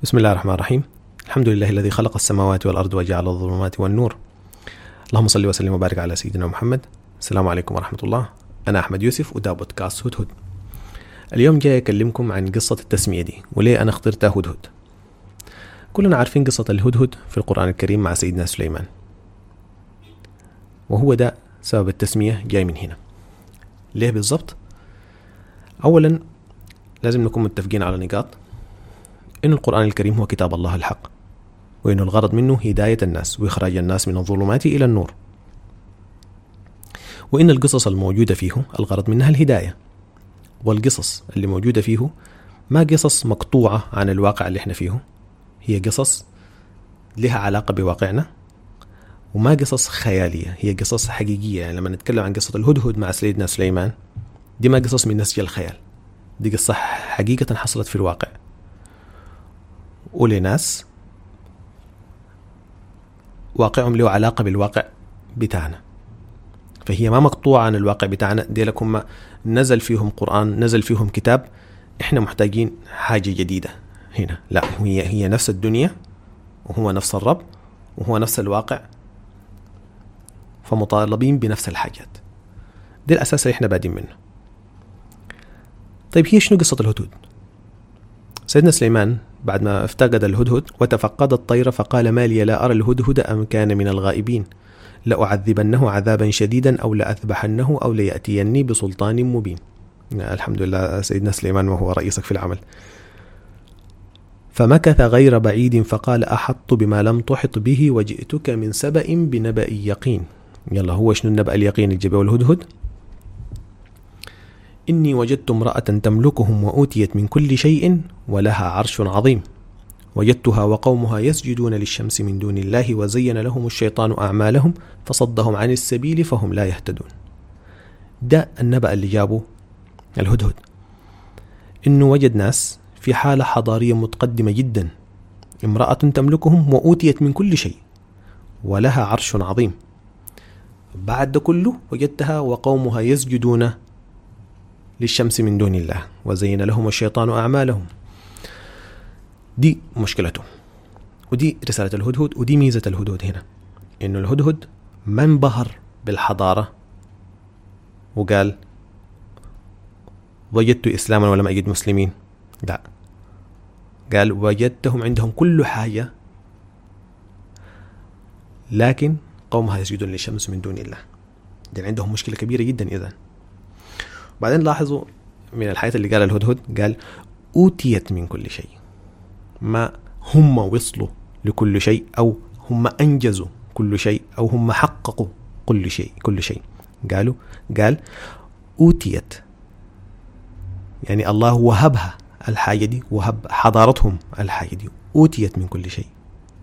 بسم الله الرحمن الرحيم. الحمد لله الذي خلق السماوات والأرض وجعل الظلمات والنور. اللهم صل وسلم وبارك على سيدنا محمد. السلام عليكم ورحمة الله. أنا أحمد يوسف وده بودكاست هدهد. اليوم جاي أكلمكم عن قصة التسمية دي وليه أنا اخترتها هدهد. كلنا عارفين قصة الهدهد في القرآن الكريم مع سيدنا سليمان، وهو ده سبب التسمية جاي من هنا. ليه بالضبط؟ أولا لازم نكون متفقين على نقاط: إن القرآن الكريم هو كتاب الله الحق، وإن الغرض منه هداية الناس وإخراج الناس من الظلمات إلى النور، وإن القصص الموجودة فيه الغرض منها الهداية، والقصص اللي موجودة فيه ما قصص مقطوعة عن الواقع اللي احنا فيه، هي قصص لها علاقة بواقعنا، وما قصص خيالية، هي قصص حقيقية. يعني لما نتكلم عن قصة الهدهد مع سيدنا سليمان، دي ما قصص من نسج الخيال، دي قصة حقيقة حصلت في الواقع ولناس واقعهم له علاقة بالواقع بتاعنا، فهي ما مقطوعة عن الواقع بتاعنا. دي لكم نزل فيهم قرآن، نزل فيهم كتاب، احنا محتاجين حاجة جديدة هنا. لا، هي نفس الدنيا، وهو نفس الرب، وهو نفس الواقع، فمطالبين بنفس الحاجات. دي الأساس اللي احنا بادين منه. طيب، هي شنو قصة الهدهد؟ سيدنا سليمان بعد ما افتقد الهدهد وتفقد الطير فقال: ما لي لا أرى الهدهد أم كان من الغائبين، لأعذبنه عذابا شديدا أو لأذبحنه أو ليأتيني بسلطان مبين. الحمد لله سيدنا سليمان وهو رئيسك في العمل. فمكث غير بعيد فقال: أحط بما لم تحط به وجئتك من سبأ بنبأ يقين. يلا، هو شنو النبأ اليقين اللي جابه الهدهد؟ إني وجدت امرأة تملكهم وأوتيت من كل شيء ولها عرش عظيم، وجدتها وقومها يسجدون للشمس من دون الله وزين لهم الشيطان أعمالهم فصدهم عن السبيل فهم لا يهتدون. ده النبأ اللي جابه الهدهد، إنه وجد ناس في حالة حضارية متقدمة جدا، امرأة تملكهم وأوتيت من كل شيء ولها عرش عظيم. بعد ده كله وجدتها وقومها يسجدون للشمس من دون الله وزين لهم الشيطان أعمالهم. دي مشكلته، ودي رسالة الهدهد، ودي ميزة الهدهد هنا، إنه الهدهد ما انبهر بالحضارة وقال وجدت إسلاما ولم أجد مسلمين. لا، قال وجدتهم عندهم كل حاجة لكن قومها يسجدون للشمس من دون الله. دي عندهم مشكلة كبيرة جدا. إذن بعدين لاحظوا من الحاجات اللي قال الهدهد، قال أوتيت من كل شيء، ما هم وصلوا لكل شيء أو هم أنجزوا كل شيء أو هم حققوا كل شيء. قال أوتيت، يعني الله وهبها الحاجة دي، وهب حضارتهم الحاجة دي، أوتيت من كل شيء.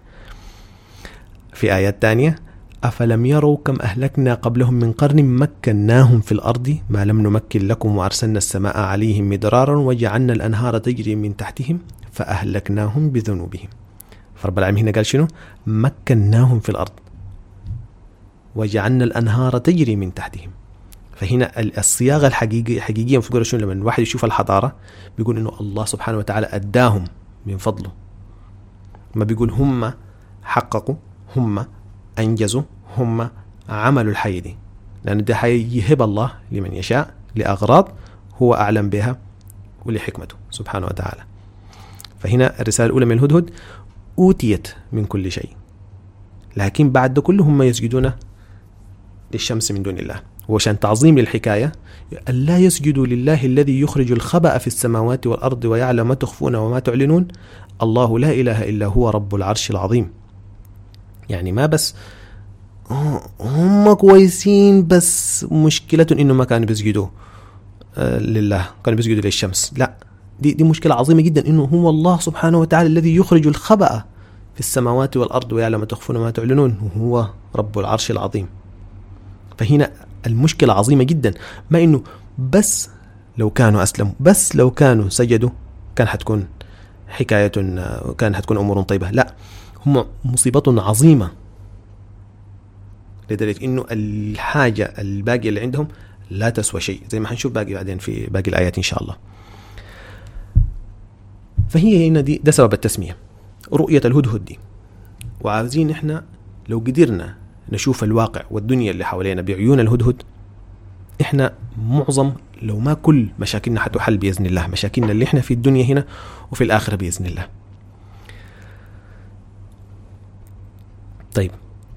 في آيات تانية: أفلم يروا كم أهلكنا قبلهم من قرن مكناهم في الأرض ما لم نمكن لكم وأرسلنا السماء عليهم مدرارا وجعلنا الأنهار تجري من تحتهم فأهلكناهم بذنوبهم. فرب العالمين هنا قال شنو؟ مكناهم في الأرض وجعلنا الأنهار تجري من تحتهم. فهنا الصياغة الحقيقية مفكرة شنو؟ لما الواحد يشوف الحضارة بيقول إنه الله سبحانه وتعالى أداهم من فضله، ما بيقول هم حققوا، هم أنجزوا، هم عملوا الحياة دي، لأن ده يهب الله لمن يشاء لأغراض هو أعلم بها ولحكمته سبحانه وتعالى. فهنا الرسالة الأولى من الهدهد: أوتيت من كل شيء، لكن بعد ده كله هم يسجدون للشمس من دون الله. وعشان تعظيم للحكاية: ألا يسجدوا لله الذي يخرج الخبأ في السماوات والأرض ويعلم ما تخفون وما تعلنون الله لا إله إلا هو رب العرش العظيم. يعني ما بس هم كويسين، بس مشكلة إنه ما كانوا بيسجدوا لله، كانوا بيسجدوا للشمس. لا، دي مشكلة عظيمة جدا، إنه هو الله سبحانه وتعالى الذي يخرج الخبأ في السماوات والأرض ويعلم ما تخفون وما تعلنون وهو رب العرش العظيم. فهنا المشكلة عظيمة جدا، ما إنه بس لو كانوا أسلموا، بس لو كانوا سجدوا كان حتكون حكاية، كان حتكون أمور طيبة. لا، هم مصيبة عظيمة لدرجة إنه الحاجة الباقية اللي عندهم لا تسوى شيء، زي ما حنشوف باقي بعدين في باقي الآيات إن شاء الله. فهي هنا ده سبب التسمية. رؤية الهدهد دي، وعاوزين إحنا لو قدرنا نشوف الواقع والدنيا اللي حوالينا بعيون الهدهد، إحنا معظم لو ما كل مشاكلنا حتحل بإذن الله، مشاكلنا اللي إحنا في الدنيا هنا وفي الآخرة بإذن الله. طيب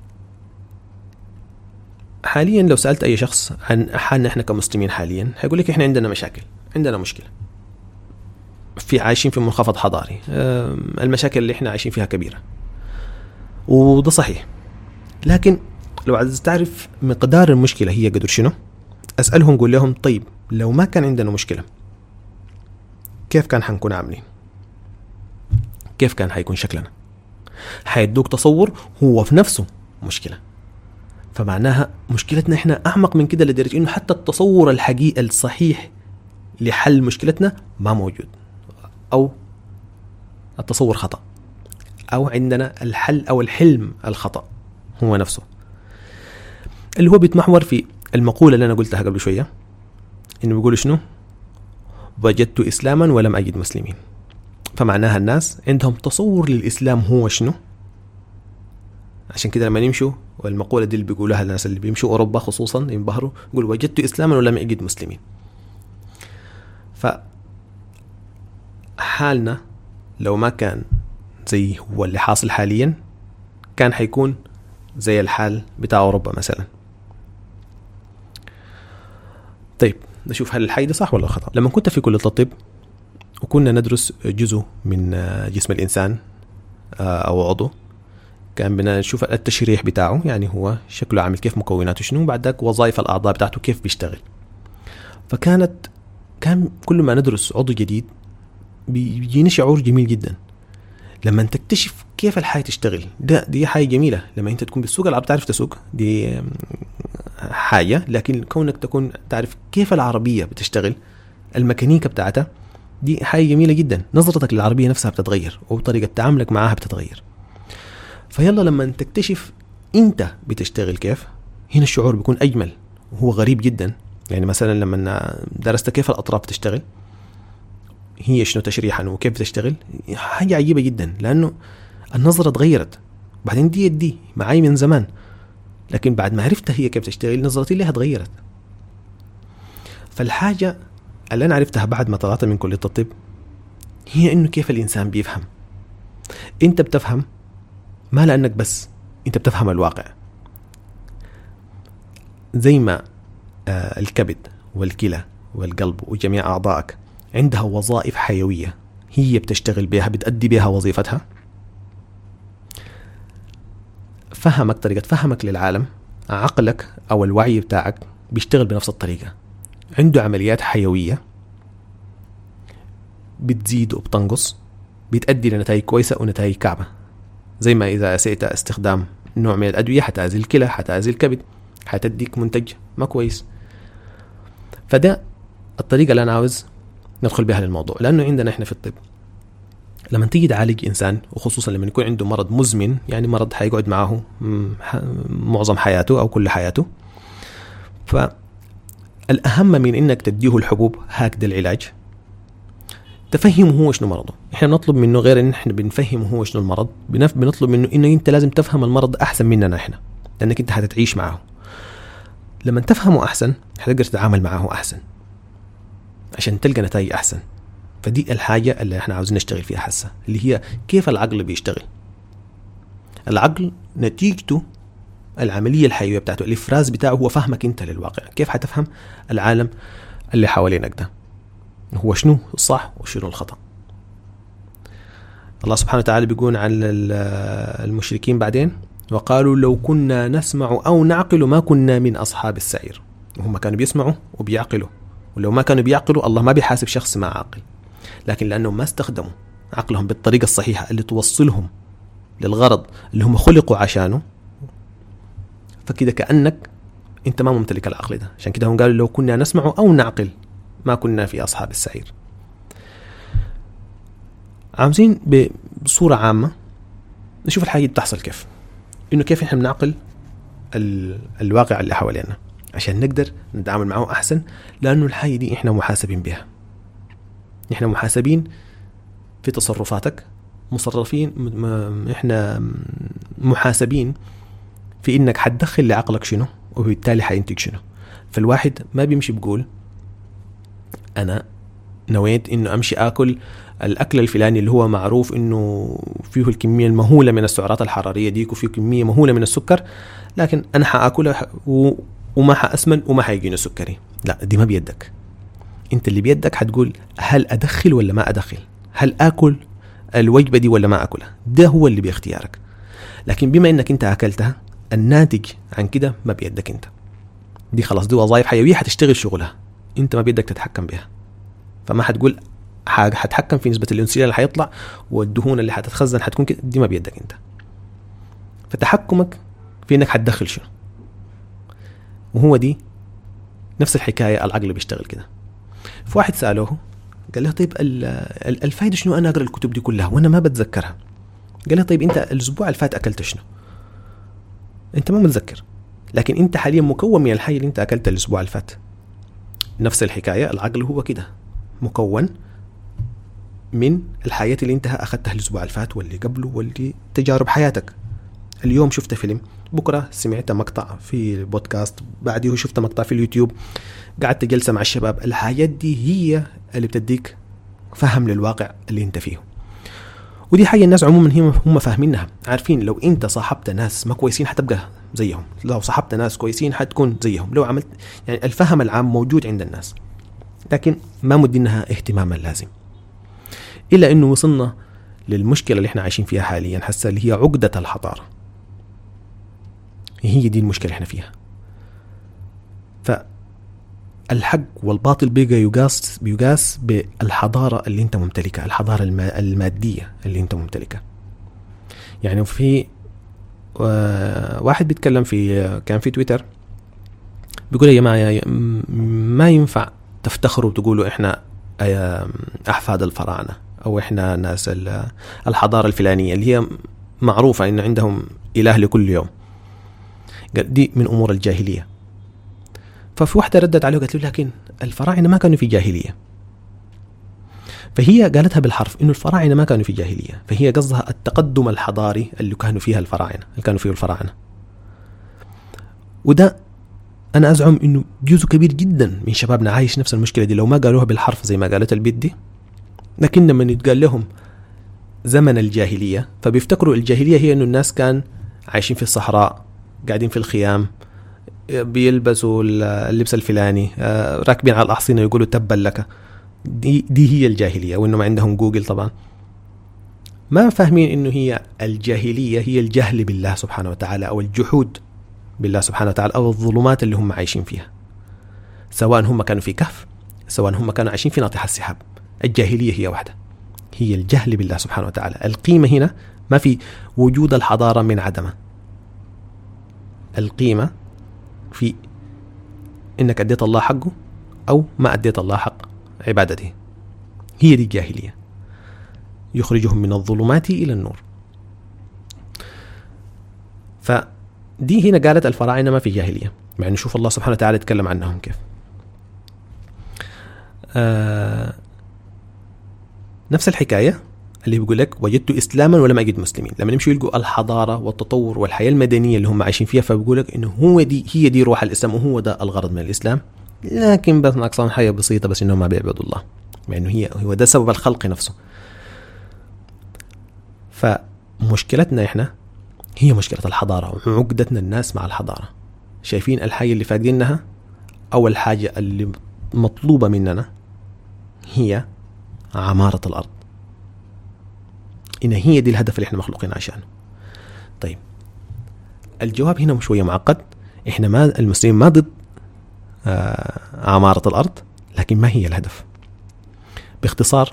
حاليا لو سألت أي شخص عن حالنا إحنا كمسلمين حاليا هيقول لك إحنا عندنا مشاكل، عندنا مشكلة، عايشين في منخفض حضاري، المشاكل اللي إحنا عايشين فيها كبيرة، وده صحيح. لكن لو عايز تعرف مقدار المشكلة هي قدر شنو، أسألهم قول لهم طيب لو ما كان عندنا مشكلة كيف كان حنكون عاملين؟ كيف كان حيكون شكلنا؟ حيدوك تصور هو في نفسه مشكلة. فمعناها مشكلتنا احنا أعمق من كده لدرجة إنه حتى التصور الحقيقي الصحيح لحل مشكلتنا ما موجود، أو التصور خطأ، أو عندنا الحل أو الحلم الخطأ هو نفسه، اللي هو بيتمحور في المقولة اللي أنا قلتها قبل شوية، إنه بيقول شنو؟ وجدت إسلاما ولم أجد مسلمين. فمعناها الناس عندهم تصور للإسلام هو شنو. عشان كده لما نمشوا، والمقولة دي اللي بيقولها الناس اللي بيمشوا أوروبا خصوصا ينبهروا، يقول وجدت إسلاما ولم أجد مسلمين. فحالنا لو ما كان زي هو اللي حاصل حاليا كان حيكون زي الحال بتاع أوروبا مثلا. طيب نشوف هل الحي ده صح ولا خطأ. لما كنت في كلية الطب وكنا ندرس جزء من جسم الإنسان أو عضو، كان بنشوف التشريح بتاعه، يعني هو شكله عامل كيف، مكوناته شنو، بعد ذاك وظائف الأعضاء بتاعته كيف بيشتغل. كان كل ما ندرس عضو جديد بيجيني شعور جميل جدا لما انت تكتشف كيف الحياة تشتغل. دي حاجة جميلة لما انت تكون بالسوق العربي تعرف تسوق، دي حاجة، لكن كونك تكون تعرف كيف العربية بتشتغل، الميكانيكا بتاعتها، دي حاجة جميلة جدا. نظرتك للعربية نفسها بتتغير وطريقة تعاملك معاها بتتغير. فيلا لما انت تكتشف انت بتشتغل كيف، هنا الشعور بيكون أجمل وهو غريب جدا. يعني مثلا لما درست كيف الأطراف بتشتغل، هي شنو تشريحا وكيف بتشتغل، حاجة عجيبة جدا، لأنه النظرة تغيرت. بعدين دي معاي من زمان، لكن بعد ما عرفتها هي كيف تشتغل نظرتي لها تغيرت. فالحاجة اللي أنا عرفتها بعد ما طلعت من كلية الطب هي إنه كيف الإنسان بيفهم. أنت بتفهم ما لأنك بس أنت بتفهم الواقع، زي ما الكبد والكلى والقلب وجميع أعضائك عندها وظائف حيوية هي بتشتغل بها، بتأدي بها وظيفتها. فهمك، طريقة فهمك للعالم، عقلك أو الوعي بتاعك بيشتغل بنفس الطريقة، عنده عمليات حيوية بتزيد وبتنقص، بتأدي لنتائج كويسة ونتائج كعبة. زي ما إذا أسيت استخدام نوع من الأدوية حتأذي الكلى، حتأذي الكبد، حتديك منتج ما كويس. فده الطريقة اللي أنا عاوز ندخل بها للموضوع، لأنه عندنا إحنا في الطب لما تيجي تعالج إنسان، وخصوصا لما يكون عنده مرض مزمن، يعني مرض حيقعد معه معظم حياته أو كل حياته، فالأهم من إنك تديه الحبوب هكذا العلاج، تفهمه هو شنو مرضه. إحنا بنطلب منه غير إن إحنا بنفهمه هو شنو المرض، بنطلب منه إنه أنت لازم تفهم المرض أحسن مننا إحنا، لأنك أنت هتتعيش معه. لما تفهمه أحسن هتقدر تتعامل معه أحسن عشان تلقى نتائج أحسن. فدي الحاجة اللي احنا عاوزين نشتغل فيها حسا، اللي هي كيف العقل بيشتغل. العقل نتيجته العملية الحيوية بتاعته، الإفراز بتاعه هو فهمك انت للواقع. كيف حتفهم العالم اللي حوالينك ده، هو شنو الصح وشنو الخطأ. الله سبحانه وتعالى بيقول عن المشركين بعدين، وقالوا لو كنا نسمع أو نعقل ما كنا من أصحاب السعير. وهم كانوا بيسمعوا وبيعقلوا، ولو ما كانوا بيعقلوا الله ما بيحاسب شخص ما عاقل، لكن لأنهم ما استخدموا عقلهم بالطريقة الصحيحة اللي توصلهم للغرض اللي هم خلقوا عشانه، فكده كأنك انت ما ممتلك العقل ده. عشان كده هم قالوا لو كنا نسمع أو نعقل ما كنا في أصحاب السعير. عاوزين بصورة عامة نشوف الحاجة بتحصل كيف، إنه كيف إحنا بنعقل الواقع اللي حوالينا عشان نقدر نتعامل معه أحسن. لأنه الحاجة دي إحنا محاسبين بها، إحنا محاسبين في تصرفاتك، مصرفين، احنا محاسبين في انك حتدخل لعقلك شنو وبالتالي حينتج شنو. فالواحد ما بيمشي بقول انا نويت انه امشي اكل الاكل الفلاني اللي هو معروف انه فيه الكميه المهوله من السعرات الحراريه ديك وفيه كميه مهوله من السكر، لكن انا حاكلها وما حاسمن وما حيجيني سكري. لا، دي ما بيدك. انت اللي بيدك حتقول هل ادخل ولا ما ادخل، هل اكل الوجبه دي ولا ما اكلها. ده هو اللي باختيارك. لكن بما انك انت اكلتها، الناتج عن كده ما بيدك انت. دي خلاص، دي وظائف حيويه حتشتغل شغلها، انت ما بيدك تتحكم بها. فما حتقول حتحكم في نسبه الانسولين اللي حيطلع والدهون اللي حتتخزن حتكون كده، دي ما بيدك انت. فتحكمك في انك حتدخل شنو. وهو دي نفس الحكايه، العقل بيشتغل كده. في واحد سالوه قال له طيب الفايده شنو انا اقرا الكتب دي كلها وانا ما بتذكرها؟ قال له طيب انت الاسبوع اللي فات اكلت شنو؟ انت ما متذكر، لكن انت حاليا مكون من الحاجه اللي انت اكلتها الاسبوع اللي فات. نفس الحكايه، العقل هو كده مكون من الحاجات اللي انت اخذتها الاسبوع اللي فات واللي قبله واللي تجارب حياتك. اليوم شفت فيلم، بكره سمعت مقطع في بودكاست، بعديه شفت مقطع في اليوتيوب، قعدت جلسه مع الشباب. الحاجات دي هي اللي بتديك فهم للواقع اللي انت فيه. ودي حاجه الناس عموما هم فاهمينها، عارفين لو انت صاحبت ناس ما كويسين حتبقى زيهم، لو صاحبت ناس كويسين حتكون زيهم، لو عملت يعني الفهم العام موجود عند الناس، لكن ما مدينها اهتماما لازم. إلا أنه وصلنا للمشكلة اللي احنا عايشين فيها حاليا حسا، اللي هي عقدة الحضارة. هي دي المشكلة اللي احنا فيها. فالحق والباطل بيقى بيقاس بالحضارة اللي انت ممتلكها، الحضارة المادية اللي انت ممتلكها. يعني في واحد بيتكلم كان في تويتر بيقول يا جماعة ما ينفع تفتخروا وتقولوا احنا أحفاد الفراعنة أو إحنا ناس الحضارة الفلانية اللي هي معروفة إن عندهم إله لكل يوم. قال دي من أمور الجاهلية. ففي واحدة ردت عليه وقالت له لكن الفراعنة ما كانوا في جاهلية. فهي قالتها بالحرف إنه الفراعنة ما كانوا في جاهلية، فهي قصدها التقدم الحضاري اللي كانوا فيه الفراعنة. وده أنا أزعم إنه جزء كبير جدا من شبابنا عايش نفس المشكلة دي، لو ما قالوها بالحرف زي ما قالت البيت دي. لكن لما يتقال لهم زمن الجاهلية فبيفتكروا الجاهلية هي إنه الناس كان عايشين في الصحراء، قاعدين في الخيام، بيلبسوا اللبس الفلاني، راكبين على الأحصنة يقولوا تبا لك. دي هي الجاهلية، وإنه ما عندهم جوجل طبعا. ما فاهمين إنه هي الجاهلية هي الجهل بالله سبحانه وتعالى، أو الجحود بالله سبحانه وتعالى، أو الظلمات اللي هم عايشين فيها، سواء هم كانوا في كهف، سواء هم كانوا عايشين في ناطح السحاب. الجاهلية هي واحدة، هي الجهل بالله سبحانه وتعالى. القيمة هنا ما في وجود الحضارة من عدمه، القيمة في إنك أديت الله حقه أو ما أديت الله حق عبادته. هي دي الجاهلية، يخرجهم من الظلمات إلى النور. فدي هنا قالت الفراعنة ما في جاهلية، مع أن نشوف الله سبحانه وتعالى يتكلم عنهم كيف. نفس الحكاية اللي بيقول لك وجدت إسلاما ولم أجد مسلمين. لما نمشي يلقوا الحضارة والتطور والحياة المدنية اللي هم عايشين فيها، فبيقول لك إنه هي دي روح الإسلام وهو ده الغرض من الإسلام، لكن بس ناقصان حاجة بسيطة، بس إنهم ما بيعبدوا الله، مع إنه هو ده سبب الخلق نفسه. فمشكلتنا إحنا هي مشكلة الحضارة، وعقدتنا الناس مع الحضارة. شايفين الحاجة اللي فاقدينها أو الحاجة اللي مطلوبة مننا هي عمارة الأرض، إن هي دي الهدف اللي إحنا مخلوقين عشانه. طيب الجواب هنا شوية معقد. إحنا ما المسلمين ما ضد عمارة الأرض، لكن ما هي الهدف؟ باختصار،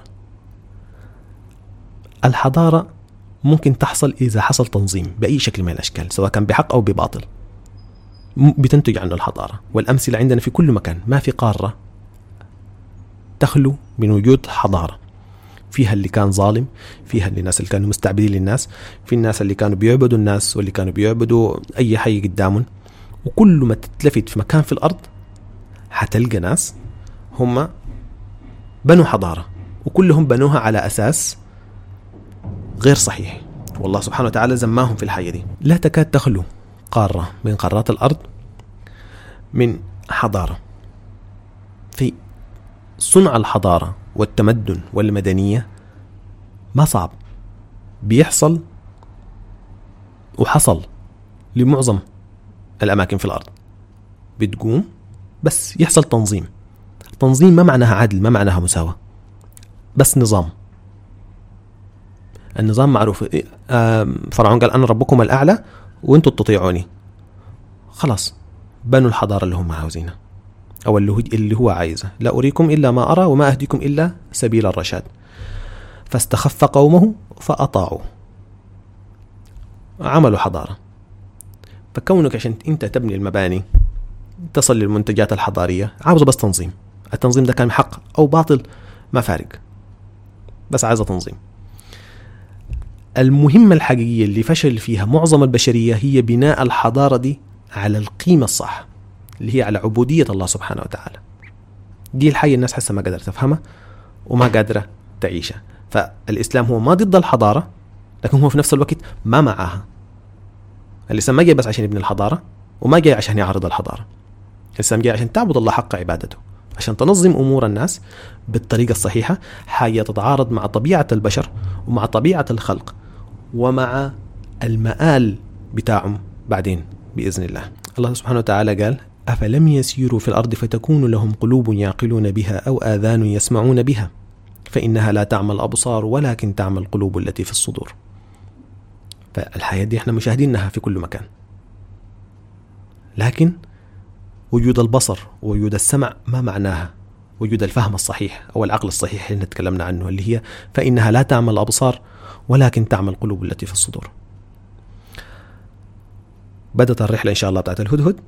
الحضارة ممكن تحصل إذا حصل تنظيم بأي شكل من الأشكال، سواء كان بحق أو بباطل، بتنتج عنه الحضارة. والأمثلة عندنا في كل مكان. ما في قارة تخلو من وجود حضارة، فيها اللي كان ظالم، فيها الناس اللي كانوا مستعبدين للناس، في الناس اللي كانوا بيعبدوا الناس واللي كانوا بيعبدوا أي حي قدامهم. وكل ما تتلفت في مكان في الأرض حتلقى ناس هم بنوا حضارة، وكلهم بنوها على أساس غير صحيح، والله سبحانه وتعالى زماهم في الحياة دي. لا تكاد تخلو قارة من قارات الأرض من حضارة. في صنع الحضارة والتمدن والمدنية ما صعب، بيحصل وحصل لمعظم الأماكن في الأرض. بتقوم بس يحصل تنظيم ما معناها عدل، ما معناها مساواة، بس نظام. النظام معروف. فرعون قال أنا ربكم الأعلى وانتوا تطيعوني، خلاص بنوا الحضارة اللي هم عاوزينها أو اللي هو عايزه. لا أريكم إلا ما أرى وما أهديكم إلا سبيل الرشاد. فاستخف قومه فأطاعوا، عملوا حضارة. فكونك عشان أنت تبني المباني تصل للمنتجات الحضارية عاوزة بس تنظيم. التنظيم ده كان حق أو باطل ما فارق، بس عايزة تنظيم. المهمة الحقيقية اللي فشل فيها معظم البشرية هي بناء الحضارة دي على القيمة الصح اللي هي على عبودية الله سبحانه وتعالى. دي الحاجة الناس حسا ما قادرة تفهمها وما قادرة تعيشها. فالإسلام هو ما ضد الحضارة، لكن هو في نفس الوقت ما معها. الإسلام ما جاي بس عشان يبني الحضارة وما جاي عشان يعرض الحضارة. الإسلام جاي عشان تعبد الله حق عبادته، عشان تنظم أمور الناس بالطريقة الصحيحة، حاجة تتعارض مع طبيعة البشر ومع طبيعة الخلق ومع المآل بتاعهم بعدين بإذن الله. الله سبحانه وتعالى قال أفلم يسيروا في الأرض فتكون لهم قلوب يعقلون بها أو آذان يسمعون بها فإنها لا تعمى الأبصار ولكن تعمى القلوب التي في الصدور. فالحياة دي احنا مشاهدينها في كل مكان، لكن وجود البصر ووجود السمع ما معناها وجود الفهم الصحيح أو العقل الصحيح اللي نتكلمنا عنه، اللي هي فإنها لا تعمى الأبصار ولكن تعمى القلوب التي في الصدور. بدأت الرحلة إن شاء الله بتاعت الهدهد،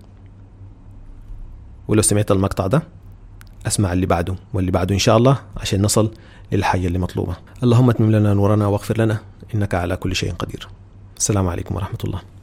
ولو سمعت المقطع ده أسمع اللي بعده واللي بعده إن شاء الله عشان نصل للحاجة اللي مطلوبة. اللهم اتمم لنا نورنا واغفر لنا إنك على كل شيء قدير. السلام عليكم ورحمة الله.